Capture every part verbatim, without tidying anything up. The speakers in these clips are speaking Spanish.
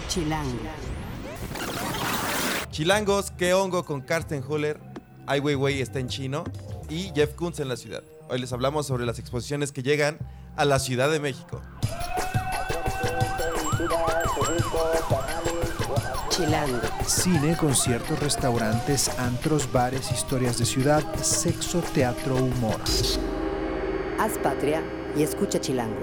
Chilango. Chilangos, qué hongo con Karsten Höller, Ai Weiwei está en chino y Jeff Koons en la ciudad. Hoy les hablamos sobre las exposiciones que llegan a la Ciudad de México. Chilango. Cine, conciertos, restaurantes, antros, bares, historias de ciudad, sexo, teatro, humor. Haz patria y escucha Chilango.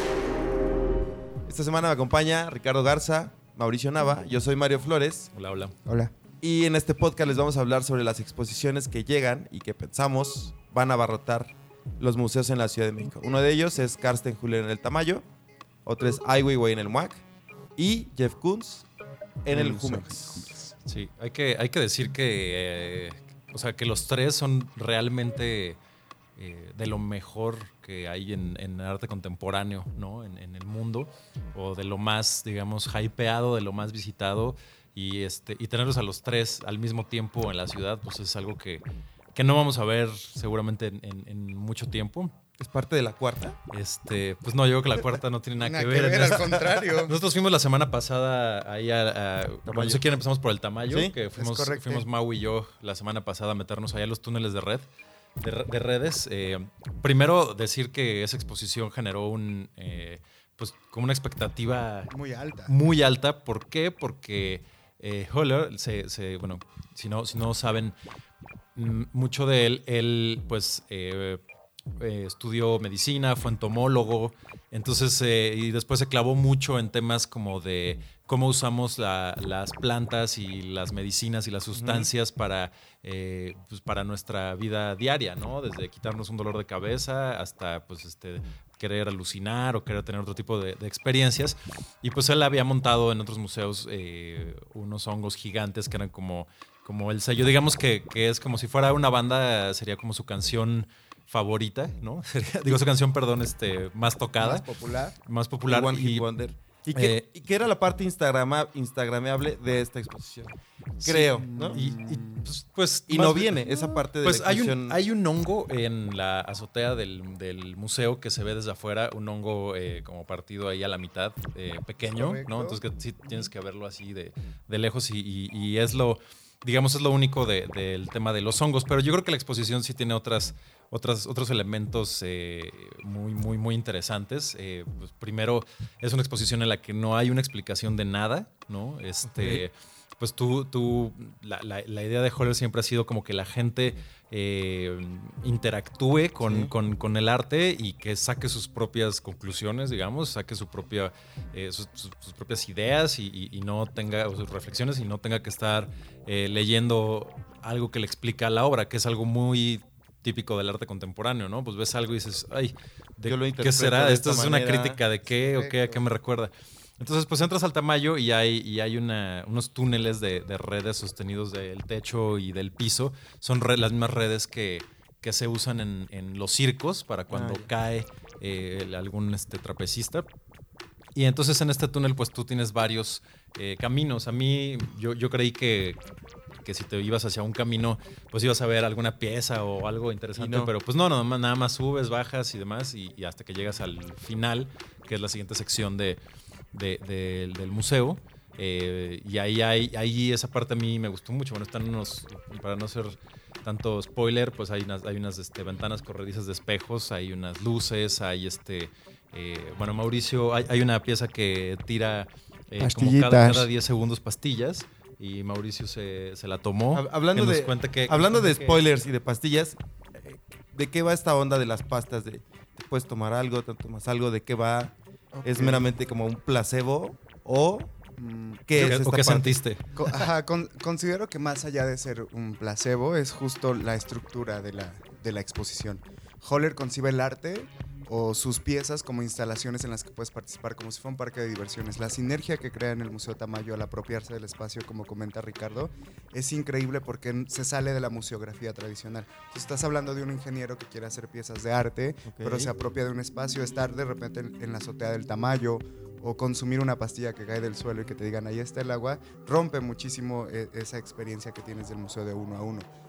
Esta semana me acompaña Ricardo Garza, Mauricio Nava, yo soy Mario Flores. Hola, hola. Hola. Y en este podcast les vamos a hablar sobre las exposiciones que llegan y que pensamos van a abarrotar los museos en la Ciudad de México. Uno de ellos es Karsten Höller en el Tamayo, otro es Ai Weiwei en el M U A C y Jeff Koons en el Jumex. Sí, hay que, hay que decir que, eh, o sea, que los tres son realmente eh, de lo mejor que hay en, en arte contemporáneo, ¿no? En, en el mundo, o de lo más, digamos, hypeado, de lo más visitado, y, este, y tenerlos a los tres al mismo tiempo en la ciudad, pues es algo que, que no vamos a ver seguramente en, en, en mucho tiempo. ¿Es parte de la cuarta? Este, pues no, yo creo que la cuarta no tiene nada, nada que ver. que ver, al contrario. Nosotros fuimos la semana pasada ahí a, a no sé quién empezamos por el Tamayo, ¿Sí? que fuimos, Es fuimos Mau y yo la semana pasada a meternos allá a los túneles de red, de, de redes. Eh, primero decir que esa exposición generó un, eh, pues como una expectativa Muy alta. muy alta. ¿Por qué? Porque eh, Höller, se, se, bueno, si no, si no saben mm, mucho de él, él pues eh, eh, estudió medicina, fue entomólogo, entonces eh, y después se clavó mucho en temas como de cómo usamos la, las plantas y las medicinas y las sustancias uh-huh. para, eh, pues para nuestra vida diaria, ¿no? Desde quitarnos un dolor de cabeza hasta pues este querer alucinar o querer tener otro tipo de, de experiencias. Y pues él había montado en otros museos eh, unos hongos gigantes que eran como, como el sello. Digamos que, que es como si fuera una banda, sería como su canción favorita, ¿no? Sería, digo, su canción, perdón, este, más tocada. Más popular. Más popular. One Hit y, Wonder. ¿Y qué, eh, ¿Y qué era la parte instagrama, instagrameable de esta exposición? Creo, sí, ¿no? Y, y pues, pues y más no bien, viene esa parte de pues la hay exposición. un, hay un hongo en la azotea del, del museo que se ve desde afuera, un hongo eh, como partido ahí a la mitad, eh, pequeño, Correcto. ¿no? Entonces que sí tienes que verlo así de, de lejos y, y, y es lo, digamos, es lo único de, del tema de los hongos. Pero yo creo que la exposición sí tiene otras, otras, otros elementos eh, muy, muy, muy interesantes. Eh, pues primero, es una exposición en la que no hay una explicación de nada, ¿no? Este... Okay. Pues tú, tú la, la, la idea de Höller siempre ha sido como que la gente eh, interactúe con, sí. con, con el arte y que saque sus propias conclusiones, digamos, saque su propia, eh, sus, sus, sus propias ideas y, y, y no tenga, o sus reflexiones y no tenga que estar eh, leyendo algo que le explica la obra, que es algo muy típico del arte contemporáneo, ¿no? Pues ves algo y dices, ay, ¿de ¿qué será? ¿Esto es manera. Una crítica de qué o qué? ¿A qué me recuerda? Entonces, pues entras al Tamayo y hay, y hay una, unos túneles de, de redes sostenidos del techo y del piso. Son re, las mismas redes que, que se usan en, en los circos para cuando ah, cae eh, algún este, trapecista. Y entonces en este túnel, pues tú tienes varios eh, caminos. A mí, yo, yo creí que, que si te ibas hacia un camino, pues ibas a ver alguna pieza o algo interesante. No. Pero pues no, no, nada más subes, bajas y demás. Y, y hasta que llegas al final, que es la siguiente sección de... De, de, del museo eh, y ahí hay ahí esa parte a mí me gustó mucho. Bueno, están unos, para no ser tanto spoiler, pues hay unas, hay unas este, ventanas corredizas de espejos, hay unas luces, hay este eh, bueno, Mauricio, hay, hay una pieza que tira eh, como cada, cada diez segundos pastillas y Mauricio se, se la tomó. Hablando de, que, hablando de que, spoilers y de pastillas, ¿de qué va esta onda de las pastas? De, ¿te puedes tomar algo, te tomas algo? ¿De qué va? Okay. ¿Es meramente como un placebo o qué, es esta ¿O qué sentiste? Ajá, con, considero que más allá de ser un placebo es justo la estructura de la, de la exposición. Höller concibe el arte o sus piezas como instalaciones en las que puedes participar como si fuera un parque de diversiones. La sinergia que crea en el Museo Tamayo al apropiarse del espacio, como comenta Ricardo, es increíble porque se sale de la museografía tradicional. Entonces, estás hablando de un ingeniero que quiere hacer piezas de arte, okay. pero se apropia de un espacio, estar de repente en, en la azotea del Tamayo o consumir una pastilla que cae del suelo y que te digan ahí está el agua, rompe muchísimo eh, esa experiencia que tienes del museo de uno a uno.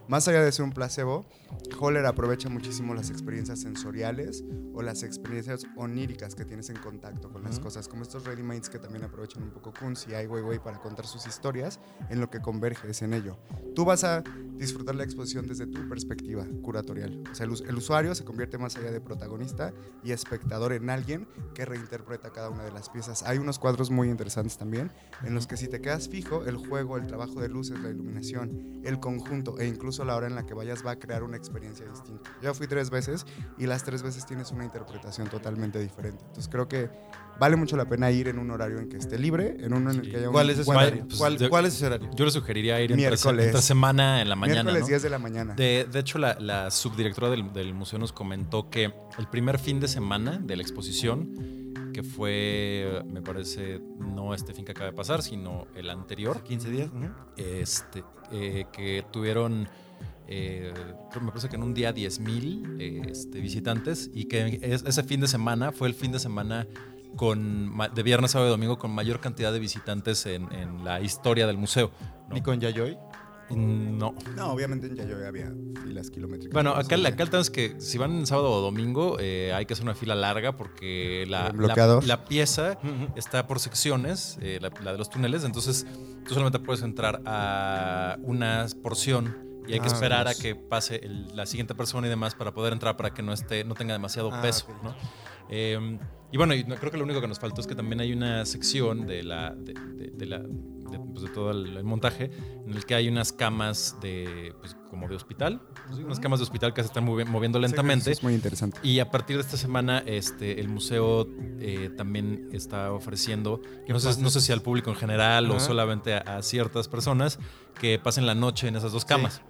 Más allá de ser un placebo, Holler aprovecha muchísimo las experiencias sensoriales o las experiencias oníricas que tienes en contacto con las Ujú. cosas, como estos ready-mades que también aprovechan un poco Kunz y Ai Weiwei para contar sus historias, en lo que converge es en ello. Tú vas a disfrutar la exposición desde tu perspectiva curatorial. O sea, el, us- el usuario se convierte más allá de protagonista y espectador en alguien que reinterpreta cada una de las piezas. Hay unos cuadros muy interesantes también, en los que si te quedas fijo, el juego, el trabajo de luces, la iluminación, el conjunto e incluso la hora en la que vayas va a crear una experiencia distinta. Yo fui tres veces y las tres veces tienes una interpretación totalmente diferente. Entonces creo que vale mucho la pena ir en un horario en que esté libre, en uno en el Sí. que haya un ¿Cuál es ese buen Vaya, horario? pues, ¿Cuál, yo- cuál es ese horario? Yo le sugeriría ir entre, se- Miércoles. entre semana en la mañana. miércoles ¿no? diez de la mañana. De, de hecho, la, la subdirectora del, del museo nos comentó que el primer fin de semana de la exposición, que fue, me parece, no este fin que acaba de pasar, sino el anterior, quince días. Ujú. este, eh, que tuvieron, eh, creo- me parece que en un día diez mil eh, este, visitantes, y que es- ese fin de semana fue el fin de semana con, ma- de viernes, sábado y domingo con mayor cantidad de visitantes en, en la historia del museo. ¿no? Ni con Yayoi. No. No, obviamente en Yayoi había filas kilométricas. Bueno, acá, Sí. acá el tema es que si van sábado o domingo eh, hay que hacer una fila larga porque la, ¿El bloqueador? la, la pieza Ujú. está por secciones, eh, la, la de los túneles, entonces tú solamente puedes entrar a una porción y hay que Ah, esperar a Dios. que pase el- la siguiente persona y demás para poder entrar para que no esté no tenga demasiado Ah, peso, ok. ¿no? Eh, y bueno, y no- creo que lo único que nos faltó es que también hay una sección de la de, de- de la de, pues, de todo el, el montaje en el que hay unas camas de pues, como de hospital, pues, sí, unas camas de hospital que se están movi- moviendo lentamente. Eso es muy interesante. Y a partir de esta semana, este, el museo eh, también está ofreciendo, no sé, no sé si al público en general o Ajá. solamente a, a ciertas personas, que pasen la noche en esas dos camas.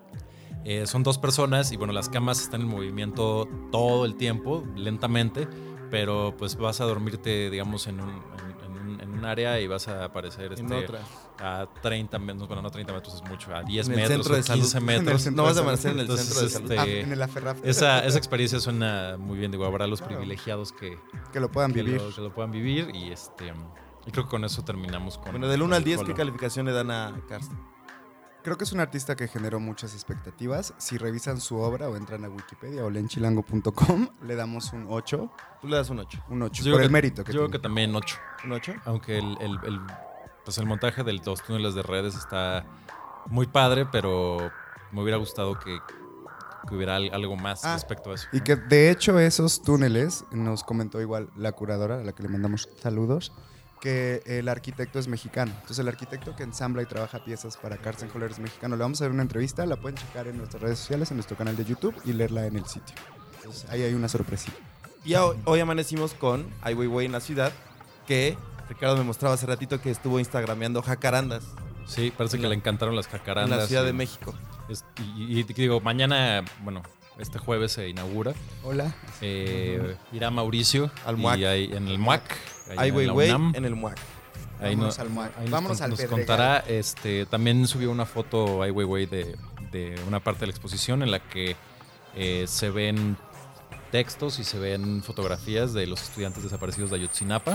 Eh, son dos personas y bueno, las camas están en movimiento todo el tiempo, lentamente, pero pues vas a dormirte, digamos, en un, en, en un, en un área y vas a aparecer En este, otra. a treinta metros, bueno, no treinta metros es mucho, a diez En el metros centro o de salud. quince En el metros. centro No vas a de salud. amanecer en el Entonces, centro de salud. este, Ah, en el Aferraf. Esa, esa experiencia suena muy bien, digo, habrá los Claro. privilegiados que, que lo puedan que vivir. lo, que lo puedan vivir y este y creo que con eso terminamos con... Bueno, del uno con al diez, Colo. ¿qué calificación le dan a Karsten? Creo que es un artista que generó muchas expectativas. Si revisan su obra o entran a Wikipedia o leen chilango punto com, le damos un ocho. Tú le das un ocho. Un ocho. Yo Por creo el que- mérito que Yo creo tiene. que también ocho. ¿Un ocho? Aunque el, el, el, pues el montaje de los túneles de redes está muy padre, pero me hubiera gustado que, que hubiera al- algo más Ah, respecto a eso. Y ¿no? que de hecho esos túneles, nos comentó igual la curadora, a la que le mandamos saludos, que el arquitecto es mexicano. Entonces el arquitecto que ensambla y trabaja piezas para Karsten Holler es mexicano. Le vamos a dar una entrevista, la pueden checar en nuestras redes sociales, en nuestro canal de YouTube y leerla en el sitio. Entonces ahí hay una sorpresita. Y hoy, hoy amanecimos con Ai Weiwei en la ciudad, que Ricardo me mostraba hace ratito que estuvo instagrameando jacarandas Sí, parece en que la- le encantaron las en jacarandas. la Ciudad y- de México. es- y, y digo, mañana, bueno, este jueves se inaugura. Hola. Eh, irá Mauricio Al y M U A C. ahí en el M U A C. ahí Ai en la Weiwei UNAM. en el M U A C. Ahí Vámonos no- al M U A C. ahí nos Vámonos con- al nos Pedregal. contará. Este, también subió una foto Ai Weiwei de, de una parte de la exposición en la que eh, se ven textos y se ven fotografías de los estudiantes desaparecidos de Ayotzinapa.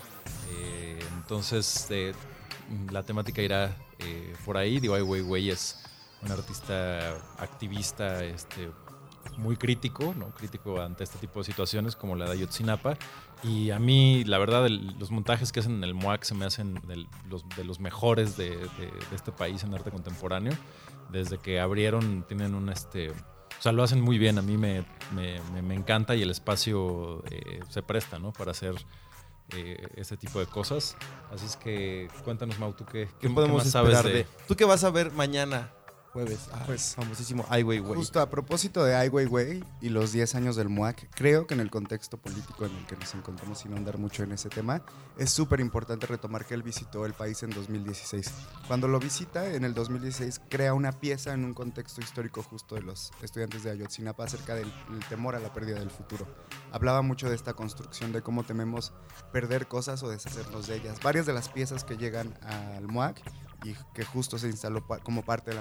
Eh, entonces, eh, la temática irá eh, por ahí. Digo, Ai Weiwei es un artista activista este, muy crítico, ¿no? Crítico ante este tipo de situaciones como la de Ayotzinapa. Y a mí, la verdad, el- los montajes que hacen en el M U A C se me hacen del- los, de los mejores de, de- de este país en arte contemporáneo. Desde que abrieron, tienen un... este O sea, lo hacen muy bien. A mí me, me, me- me encanta y el espacio eh, se presta, ¿no? Para hacer eh, este tipo de cosas. Así es que cuéntanos, Mau, ¿tú qué, ¿Qué qué podemos más sabes esperar de...? de... ¿Tú qué vas a ver mañana, jueves? Ah, Pues, famosísimo Ai Weiwei. Justo a propósito de Ai Weiwei y los diez años del M U A C, creo que en el contexto político en el que nos encontramos, sin ahondar mucho en ese tema, es súper importante retomar que él visitó el país en dos mil dieciséis. Cuando lo visita, en el dos mil dieciséis, crea una pieza en un contexto histórico justo de los estudiantes de Ayotzinapa acerca del el temor a la pérdida del futuro. Hablaba mucho de esta construcción, de cómo tememos perder cosas o deshacernos de ellas. Varias de las piezas que llegan al M U A C y que justo se instaló pa- como parte de la museografía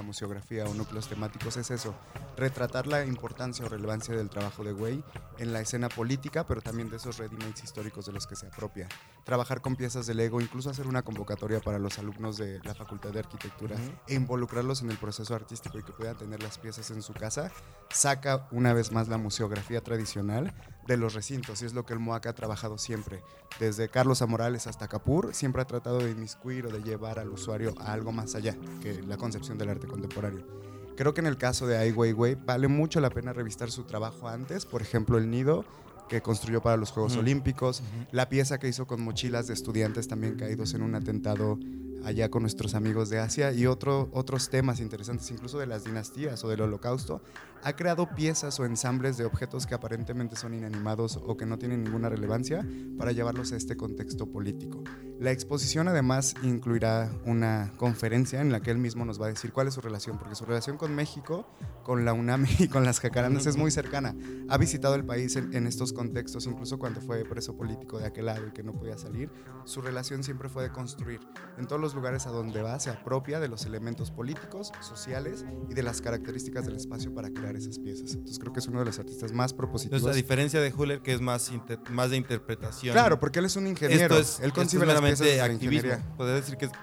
museografía o núcleos temáticos es eso, retratar la importancia o relevancia del trabajo de Güey en la escena política, pero también de esos ready-mades históricos de los que se apropia. Trabajar con piezas de Lego, incluso hacer una convocatoria para los alumnos de la Facultad de Arquitectura uh-huh. e involucrarlos en el proceso artístico y que puedan tener las piezas en su casa, saca una vez más la museografía tradicional de los recintos, y es lo que el MUAC ha trabajado siempre. Desde Carlos A. Morales hasta Capur, siempre ha tratado de inmiscuir o de llevar al usuario a algo más allá que la concepción del arte contemporáneo. Creo que en el caso de Ai Weiwei vale mucho la pena revisar su trabajo antes, por ejemplo, el nido que construyó para los Juegos uh-huh. Olímpicos, uh-huh. la pieza que hizo con mochilas de estudiantes también caídos en un atentado allá con nuestros amigos de Asia, y otro, otros temas interesantes, incluso de las dinastías o del Holocausto. Ha creado piezas o ensambles de objetos que aparentemente son inanimados o que no tienen ninguna relevancia para llevarlos a este contexto político. La exposición además incluirá una conferencia en la que él mismo nos va a decir cuál es su relación, porque su relación con México, con la UNAM y con las jacarandas es muy cercana. Ha visitado el país en, en estos contextos, incluso cuando fue preso político de aquel lado y que no podía salir. Su relación siempre fue de construir. En todos los lugares a donde va se apropia de los elementos políticos, sociales y de las características del espacio para crear esas piezas. Entonces creo que es uno de los artistas más propositivos. Entonces, a diferencia de Huller, que es más, inter, más de interpretación. Claro, porque él es un ingeniero. Esto es, él concibe esto es las piezas de activismo. ingeniería. Podría decir que es,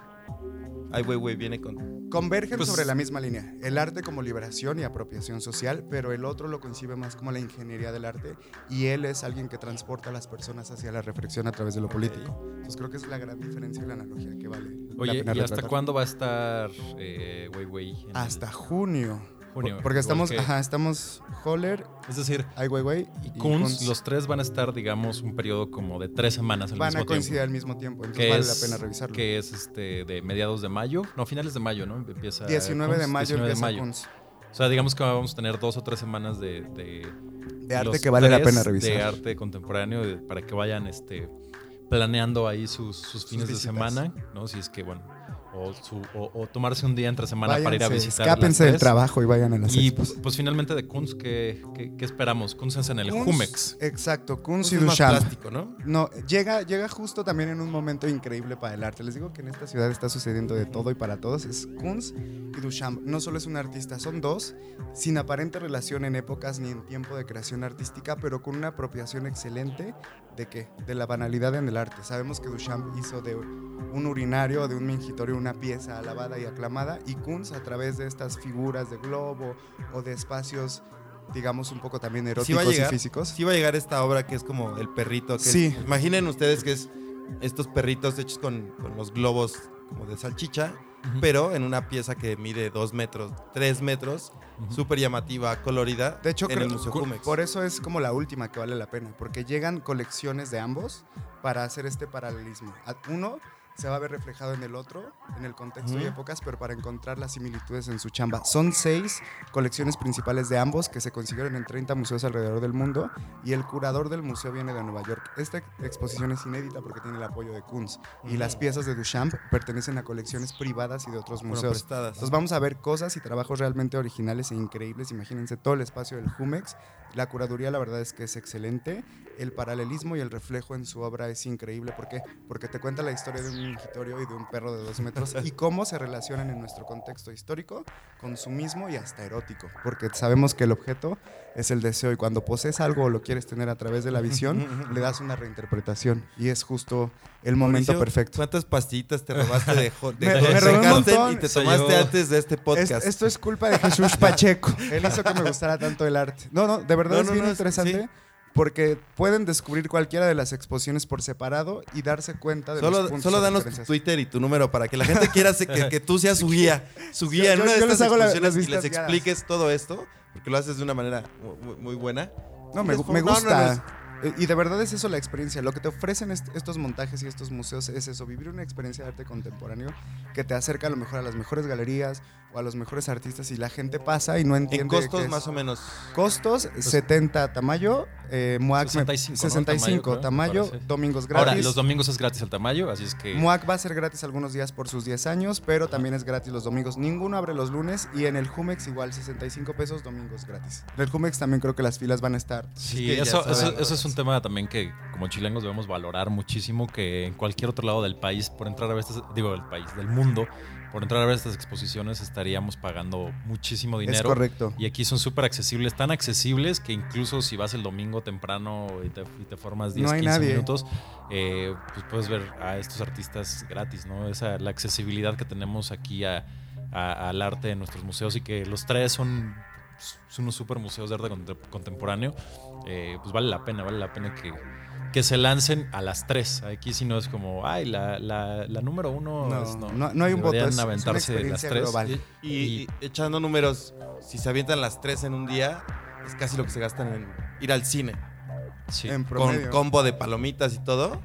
Ai Weiwei viene con... Convergen pues, sobre la misma línea. El arte como liberación y apropiación social, pero el otro lo concibe más como la ingeniería del arte, y él es alguien que transporta a las personas hacia la reflexión a través de lo político. Entonces creo que es la gran diferencia y la analogía que vale. Oye, la pena ¿y hasta retratar. cuándo va a estar eh, Weiwei? Hasta el... junio. Junio. Porque estamos, que... ajá, estamos Holler, es decir, Ai Weiwei y Kunz, los tres van a estar, digamos, un periodo como de tres semanas al van mismo tiempo. Van a coincidir al mismo tiempo, entonces vale es, la pena revisarlo. Que es este de mediados de mayo, no, finales de mayo, ¿no? Empieza diecinueve Kunz, de mayo diecinueve empieza de mayo. Kunz. O sea, digamos que vamos a tener dos o tres semanas de... De, de arte que vale la pena revisar. De arte contemporáneo, de, para que vayan este, planeando ahí sus, sus fines sus de semana, ¿no? Si es que, bueno... O, su, o, o tomarse un día entre semana Váyanse, para ir a visitar. Escápense del trabajo y vayan a las Y expos. pues finalmente de Kunz, ¿qué, qué, qué esperamos? Kunz es en el Kunz, Jumex. Exacto, Kunz Kunz y es más Duchamp. plástico, ¿no? No, llega, llega justo también en un momento increíble para el arte. Les digo que en esta ciudad está sucediendo de todo y para todos. Es Kunz y Duchamp. No solo es un artista, son dos, sin aparente relación en épocas ni en tiempo de creación artística, pero con una apropiación excelente de qué, de la banalidad en el arte. Sabemos que Duchamp hizo de un urinario, de un mingitorio, una pieza alabada y aclamada, y Kunz a través de estas figuras de globo o de espacios, digamos, un poco también eróticos sí va a llegar, y físicos. Sí va a llegar esta obra que es como el perrito. Que sí. es, imaginen ustedes que es estos perritos hechos con, con los globos como de salchicha, uh-huh. pero en una pieza que mide dos metros, tres metros, uh-huh. súper llamativa, colorida, de hecho, en creo, el Museo Jumex. Por eso es como la última que vale la pena, porque llegan colecciones de ambos para hacer este paralelismo. Uno se va a ver reflejado en el otro, en el contexto uh-huh. y épocas, pero para encontrar las similitudes en su chamba. Son seis colecciones principales de ambos que se consiguieron en treinta museos alrededor del mundo, y el curador del museo viene de Nueva York. Esta exposición es inédita porque tiene el apoyo de Kunz, uh-huh. y las piezas de Duchamp pertenecen a colecciones privadas y de otros museos. Bueno, Entonces vamos a ver cosas y trabajos realmente originales e increíbles. Imagínense todo el espacio del Jumex. La curaduría, la verdad es que es excelente. El paralelismo y el reflejo en su obra es increíble. ¿Por qué? Porque te cuenta la historia de un mingitorio y de un perro de dos metros y cómo se relacionan en nuestro contexto histórico, consumismo y hasta erótico. Porque sabemos que el objeto es el deseo, y cuando posees algo o lo quieres tener a través de la visión, le das una reinterpretación, y es justo el momento Mauricio, perfecto. ¿Cuántas pastillitas te robaste de, de, me, de, me de robé un Carsten montón. y te tomaste antes de este podcast? Es, esto es culpa de Jesús Pacheco. Él hizo que me gustara tanto el arte. No, no, de verdad no, es no, bien no, interesante. Sí. Porque pueden descubrir cualquiera de las exposiciones por separado y darse cuenta de solo, los puntos Solo de danos tu referencias. Twitter y tu número para que la gente quiera que, que tú seas su guía. Su guía yo, en una yo de estas les hago la, exposiciones las y les vistas expliques guiadas. todo esto, porque lo haces de una manera muy, muy buena. No, me, fue, me no, gusta. No, no, es, Y de verdad es eso la experiencia. Lo que te ofrecen est- estos montajes y estos museos es eso, vivir una experiencia de arte contemporáneo que te acerca a lo mejor a las mejores galerías o a los mejores artistas, y la gente pasa y no entiende. En costos qué es. más o menos. Costos, pues, setenta Tamayo, eh, MUAC sesenta y cinco, sesenta y cinco, ¿no? Tamayo, Tamayo domingos gratis. Ahora, los domingos es gratis el Tamayo, así es que... MUAC va a ser gratis algunos días por sus diez años, pero también es gratis los domingos. Ninguno abre los lunes, y en el Jumex igual sesenta y cinco pesos, domingos gratis. En el Jumex también creo que las filas van a estar. Sí, es que eso, ya eso, saben, eso es un un tema también que como chilangos debemos valorar muchísimo, que en cualquier otro lado del país, por entrar a ver estas, digo, del país, del mundo, por entrar a ver estas exposiciones estaríamos pagando muchísimo dinero. Es correcto. Y aquí son súper accesibles, tan accesibles que incluso si vas el domingo temprano y te, y te formas diez, No hay quince nadie. minutos, eh, pues puedes ver a estos artistas gratis, ¿no? Esa, la accesibilidad que tenemos aquí a, a- al arte en nuestros museos y que los tres son, son unos súper museos de arte contem- contemporáneo, eh, pues vale la pena, vale la pena que, que se lancen a las tres. Aquí si no es como, ay, la, la, la número uno. No, es- no- no hay un voto, deberían es- es una aventarse las experiencia tres. global. Y, y- y echando números, si se avientan las tres en un día, es casi lo que se gastan en ir al cine. Sí. En Con promedio. combo de palomitas y todo.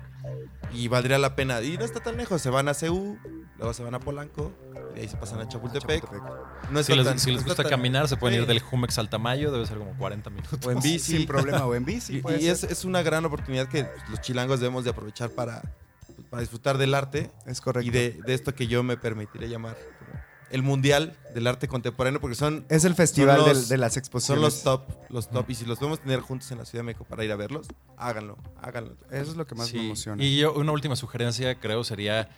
Y valdría la pena. Y no está tan lejos. Se van a C U, luego se van a Polanco, y de ahí se pasan a Chapultepec. Chapultepec. No Si está les, tan- si les no está gusta tan- caminar, se pueden Sí. ir del Jumex al Tamayo, debe ser como cuarenta minutos. O en bici. Sin problema, o en bici. Y, puede y es, ser. es una gran oportunidad que los chilangos debemos de aprovechar para, para disfrutar del arte Es correcto. y de, de esto que yo me permitiré llamar como el mundial del arte contemporáneo, porque son, Es el festival son los- del- de las son exposiciones. los top, los top. Y si los podemos tener juntos en la Ciudad de México para ir a verlos, háganlo, háganlo. Eso es lo que más Sí. me emociona. Y yo, una última sugerencia, creo, sería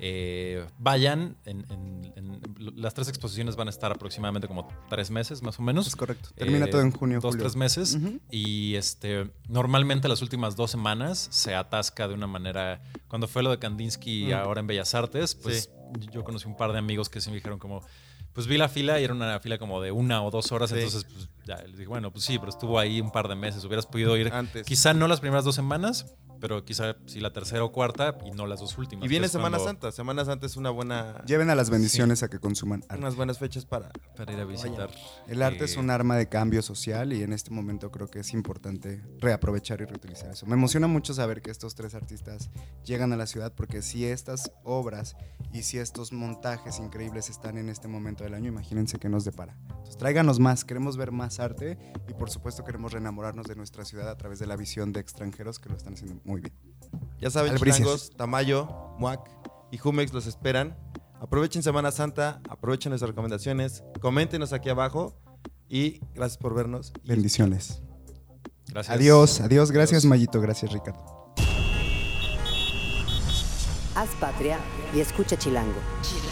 eh, vayan. En, en- en- las tres exposiciones van a estar aproximadamente como tres meses, más o menos. Es correcto. Termina Eh, todo en junio, Dos, julio. tres meses. Ujú. Y este normalmente las últimas dos semanas se atasca de una manera. Cuando fue lo de Kandinsky Mm. ahora en Bellas Artes, pues yo conocí un par de amigos que sí me dijeron como. Pues vi la fila y era una fila como de una o dos horas, Sí. entonces pues, ya les dije, bueno, pues sí, pero estuvo ahí un par de meses, hubieras podido ir Antes. quizá no las primeras dos semanas, pero quizá sí la tercera o cuarta y no las dos últimas. Y viene que es Semana cuando- Santa. Semana Santa es una buena, Lleven a las bendiciones a que consuman arte. unas buenas fechas para. Para ir a visitar. El arte eh, es un arma de cambio social y en este momento creo que es importante reaprovechar y reutilizar eso. Me emociona mucho saber que estos tres artistas llegan a la ciudad porque si estas obras y si estos montajes increíbles están en este momento del año, imagínense qué nos depara. Entonces tráiganos más, queremos ver más arte y por supuesto queremos reenamorarnos de nuestra ciudad a través de la visión de extranjeros que lo están haciendo muy bien. Ya saben, Albricias. chilangos, Tamayo, Muac y Jumex los esperan. Aprovechen Semana Santa, aprovechen nuestras recomendaciones, coméntenos aquí abajo y gracias por vernos. Y Bendiciones. Gracias. Adiós, adiós, gracias Adiós. Mayito, gracias Ricardo. Haz patria y escucha Chilango. Chilango.